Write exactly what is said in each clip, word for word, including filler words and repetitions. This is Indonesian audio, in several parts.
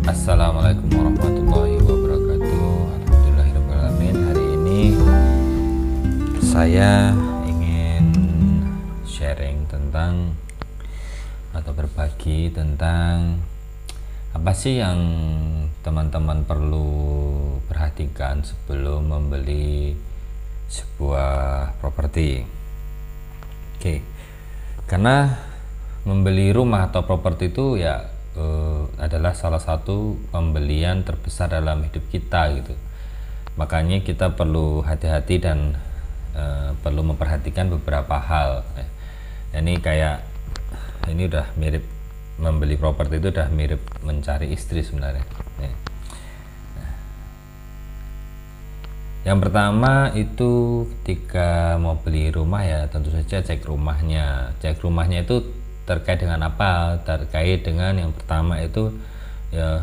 Assalamualaikum warahmatullahi wabarakatuh. Alhamdulillahirrahmanirrahim. Hari ini saya ingin sharing tentang atau berbagi tentang apa sih yang teman-teman perlu perhatikan sebelum membeli sebuah properti. Oke, karena membeli rumah atau properti itu ya eh, adalah salah satu pembelian terbesar dalam hidup kita gitu. Makanya kita perlu hati-hati dan eh, perlu memperhatikan beberapa hal. Eh, ini kayak ini udah mirip membeli properti itu udah mirip mencari istri sebenarnya. Eh. Yang pertama itu ketika mau beli rumah ya tentu saja cek rumahnya. Cek rumahnya itu terkait dengan apa? Terkait dengan yang pertama itu ya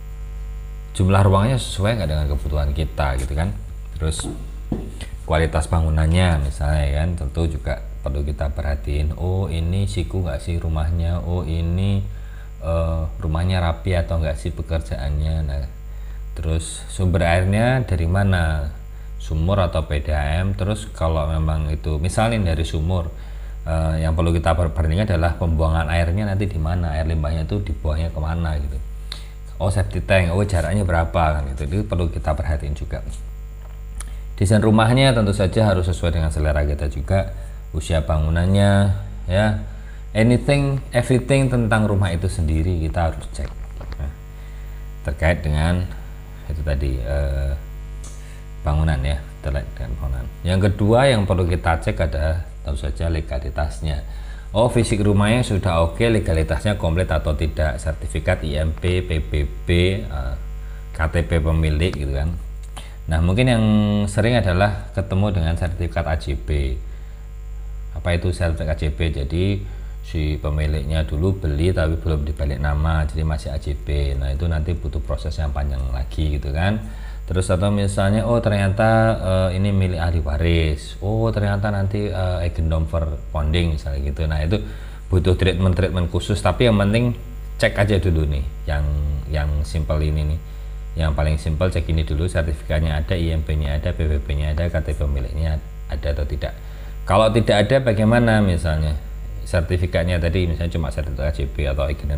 jumlah ruangnya sesuai nggak dengan kebutuhan kita gitu kan. Terus kualitas bangunannya misalnya kan tentu juga perlu kita perhatiin. Oh ini siku nggak sih rumahnya? Oh ini uh, rumahnya rapi atau nggak sih pekerjaannya? Nah terus sumber airnya dari mana? Sumur atau P D A M. Terus kalau memang itu misalnya dari sumur, eh, yang perlu kita perbandingkan adalah pembuangan airnya nanti di mana, air limbahnya itu dibuangnya kemana gitu. Oh septic tank, oh jaraknya berapa kan gitu. Itu perlu kita perhatiin juga. Desain rumahnya tentu saja harus sesuai dengan selera kita juga. Usia bangunannya ya, anything everything tentang rumah itu sendiri kita harus cek. Nah, terkait dengan itu tadi eh, bangunan ya, terkait dengan bangunan. Yang kedua yang perlu kita cek adalah tentu saja legalitasnya. Oh fisik rumahnya sudah oke, legalitasnya komplit atau tidak, sertifikat I M P, P B B, uh, K T P pemilik gitu kan. Nah mungkin yang sering adalah ketemu dengan sertifikat A J B. Apa itu sertifikat A J B? Jadi si pemiliknya dulu beli tapi belum dibalik nama, jadi masih A J B. Nah itu nanti butuh proses yang panjang lagi gitu kan. Terus atau misalnya oh ternyata uh, ini milik ahli waris, oh ternyata nanti uh, agendom verponding misalnya gitu. Nah itu butuh treatment-treatment khusus, tapi yang penting cek aja dulu nih yang yang simple ini nih, yang paling simple cek ini dulu, sertifikatnya ada, I M P-nya ada, P B B-nya ada, K T P pemiliknya ada atau tidak. Kalau tidak ada bagaimana? Misalnya sertifikatnya tadi misalnya cuma sertifikat A J B atau agendom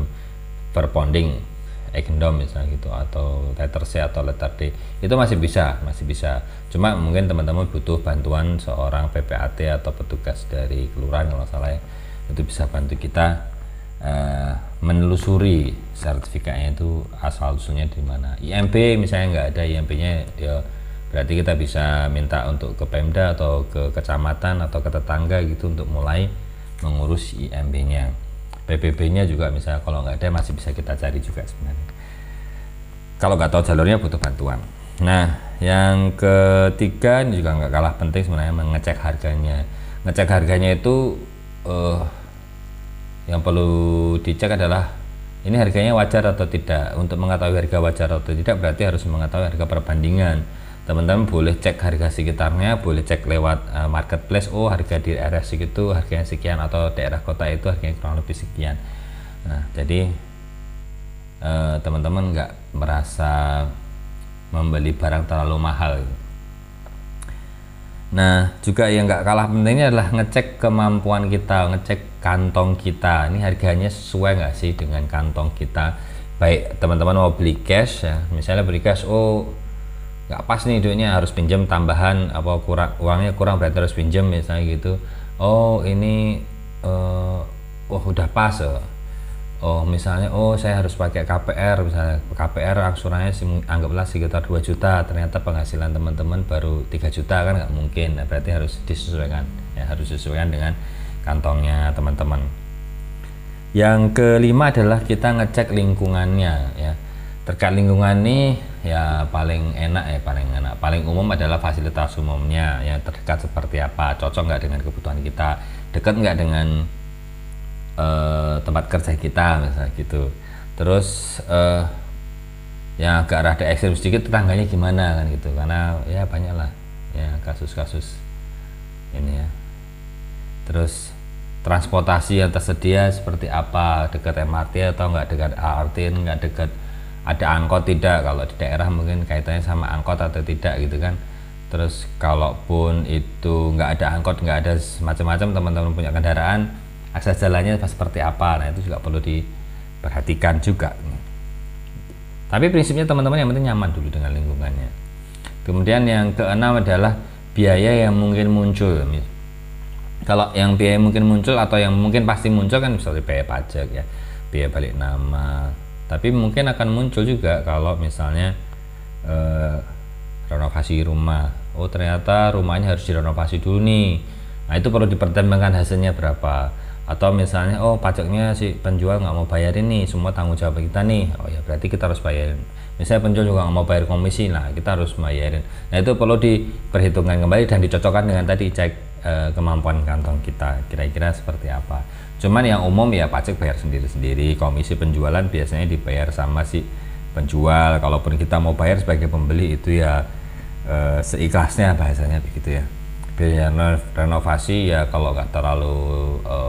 verponding agendom misalnya gitu, atau letter C atau letter D, itu masih bisa masih bisa cuma mungkin teman-teman butuh bantuan seorang P P A T atau petugas dari kelurahan kalau salah ya, itu bisa bantu kita uh, menelusuri sertifikatnya itu asal usulnya di mana. I M P misalnya nggak ada I M P-nya ya berarti kita bisa minta untuk ke Pemda atau ke kecamatan atau ke tetangga gitu untuk mulai mengurus I M P-nya. P B B-nya juga misalnya kalau nggak ada masih bisa kita cari juga sebenarnya. Kalau nggak tahu jalurnya butuh bantuan. Nah, yang ketiga ini juga nggak kalah penting sebenarnya, mengecek harganya. Ngecek harganya itu uh, yang perlu dicek adalah ini harganya wajar atau tidak. Untuk mengetahui harga wajar atau tidak berarti harus mengetahui harga perbandingan. Teman-teman boleh cek harga sekitarnya, boleh cek lewat uh, marketplace. Oh harga di daerah segitu harganya sekian, atau daerah kota itu harganya kurang lebih sekian. Nah jadi uh, teman-teman nggak merasa membeli barang terlalu mahal. Nah juga yang nggak kalah pentingnya adalah ngecek kemampuan kita, ngecek kantong kita. Ini harganya sesuai nggak sih dengan kantong kita. Baik teman-teman mau beli cash ya, misalnya beli cash, oh nggak pas nih duitnya, harus pinjam tambahan, apa kurang uangnya kurang berarti harus pinjam misalnya gitu. Oh ini uh, oh udah pas oh. Oh misalnya oh saya harus pakai K P R, misalnya K P R angsurannya anggaplah sekitar dua juta, ternyata penghasilan teman-teman baru tiga juta, kan nggak mungkin. Nah, berarti harus disesuaikan ya, harus disesuaikan dengan kantongnya teman-teman. Yang kelima adalah kita ngecek lingkungannya ya. Terkait lingkungan ini ya paling enak ya paling enak paling umum adalah fasilitas umumnya yang terdekat seperti apa, cocok nggak dengan kebutuhan kita, dekat nggak dengan uh, tempat kerja kita misalnya gitu. Terus uh, yang agak rada ekstrim sedikit tetangganya gimana kan gitu, karena ya banyak lah ya kasus-kasus ini ya. Terus transportasi yang tersedia seperti apa, dekat M R T atau nggak dekat A R T, nggak dekat ada angkot tidak, kalau di daerah mungkin kaitannya sama angkot atau tidak gitu kan. Terus kalaupun itu nggak ada angkot, nggak ada macam-macam, teman-teman punya kendaraan, akses jalannya seperti apa, nah itu juga perlu diperhatikan juga. Tapi prinsipnya teman-teman yang penting nyaman dulu dengan lingkungannya. Kemudian yang keenam adalah biaya yang mungkin muncul. Kalau yang biaya yang mungkin muncul atau yang mungkin pasti muncul kan misalnya biaya pajak ya, biaya balik nama. Tapi mungkin akan muncul juga kalau misalnya eh, renovasi rumah. Oh ternyata rumahnya harus direnovasi dulu nih. Nah itu perlu dipertimbangkan hasilnya berapa. Atau misalnya oh pajaknya si penjual nggak mau bayarin nih, semua tanggung jawab kita nih. Oh ya berarti kita harus bayarin. Misalnya penjual juga nggak mau bayar komisi, nah kita harus bayarin. Nah itu perlu diperhitungkan kembali dan dicocokkan dengan tadi cek eh, kemampuan kantong kita kira-kira seperti apa. Cuman yang umum ya pajak bayar sendiri-sendiri, komisi penjualan biasanya dibayar sama si penjual. Kalaupun kita mau bayar sebagai pembeli itu ya e, seikhlasnya bahasanya begitu ya. Biaya renovasi ya kalau nggak terlalu e,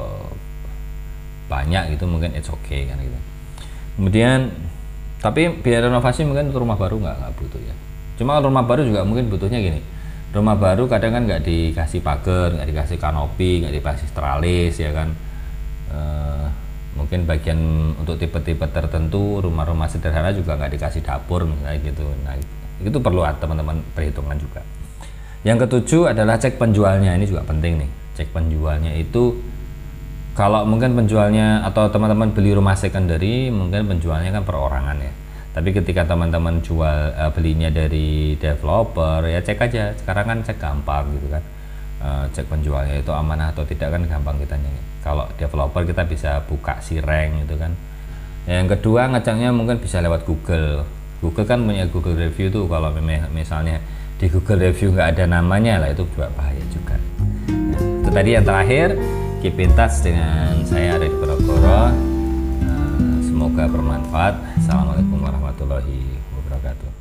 banyak gitu mungkin it's okay kan gitu. Kemudian tapi biaya renovasi mungkin untuk rumah baru nggak nggak butuh ya. Cuma rumah baru juga mungkin butuhnya gini. Rumah baru kadang kan nggak dikasih pagar, nggak dikasih kanopi, nggak dikasih tralis ya kan. E, mungkin bagian untuk tipe-tipe tertentu rumah-rumah sederhana juga nggak dikasih dapur misalnya gitu. Nah itu perlu teman-teman perhitungan juga. Yang ketujuh adalah cek penjualnya. Ini juga penting nih, cek penjualnya itu kalau mungkin penjualnya atau teman-teman beli rumah secondary mungkin penjualnya kan perorangan ya, tapi ketika teman-teman jual uh, belinya dari developer ya cek aja. Sekarang kan cek gampang gitu kan, uh, cek penjualnya itu amanah atau tidak kan gampang kita nyanyi. Kalau developer kita bisa buka sireng gitu kan. Yang kedua ngeceknya mungkin bisa lewat Google. Google kan punya Google Review tuh, kalau misalnya di Google Review nggak ada namanya lah itu juga bahaya juga. Nah, itu tadi yang terakhir, keep in touch dengan saya Arya Diponegoro. Nah, semoga bermanfaat. Assalamualaikum warahmatullahi wabarakatuh.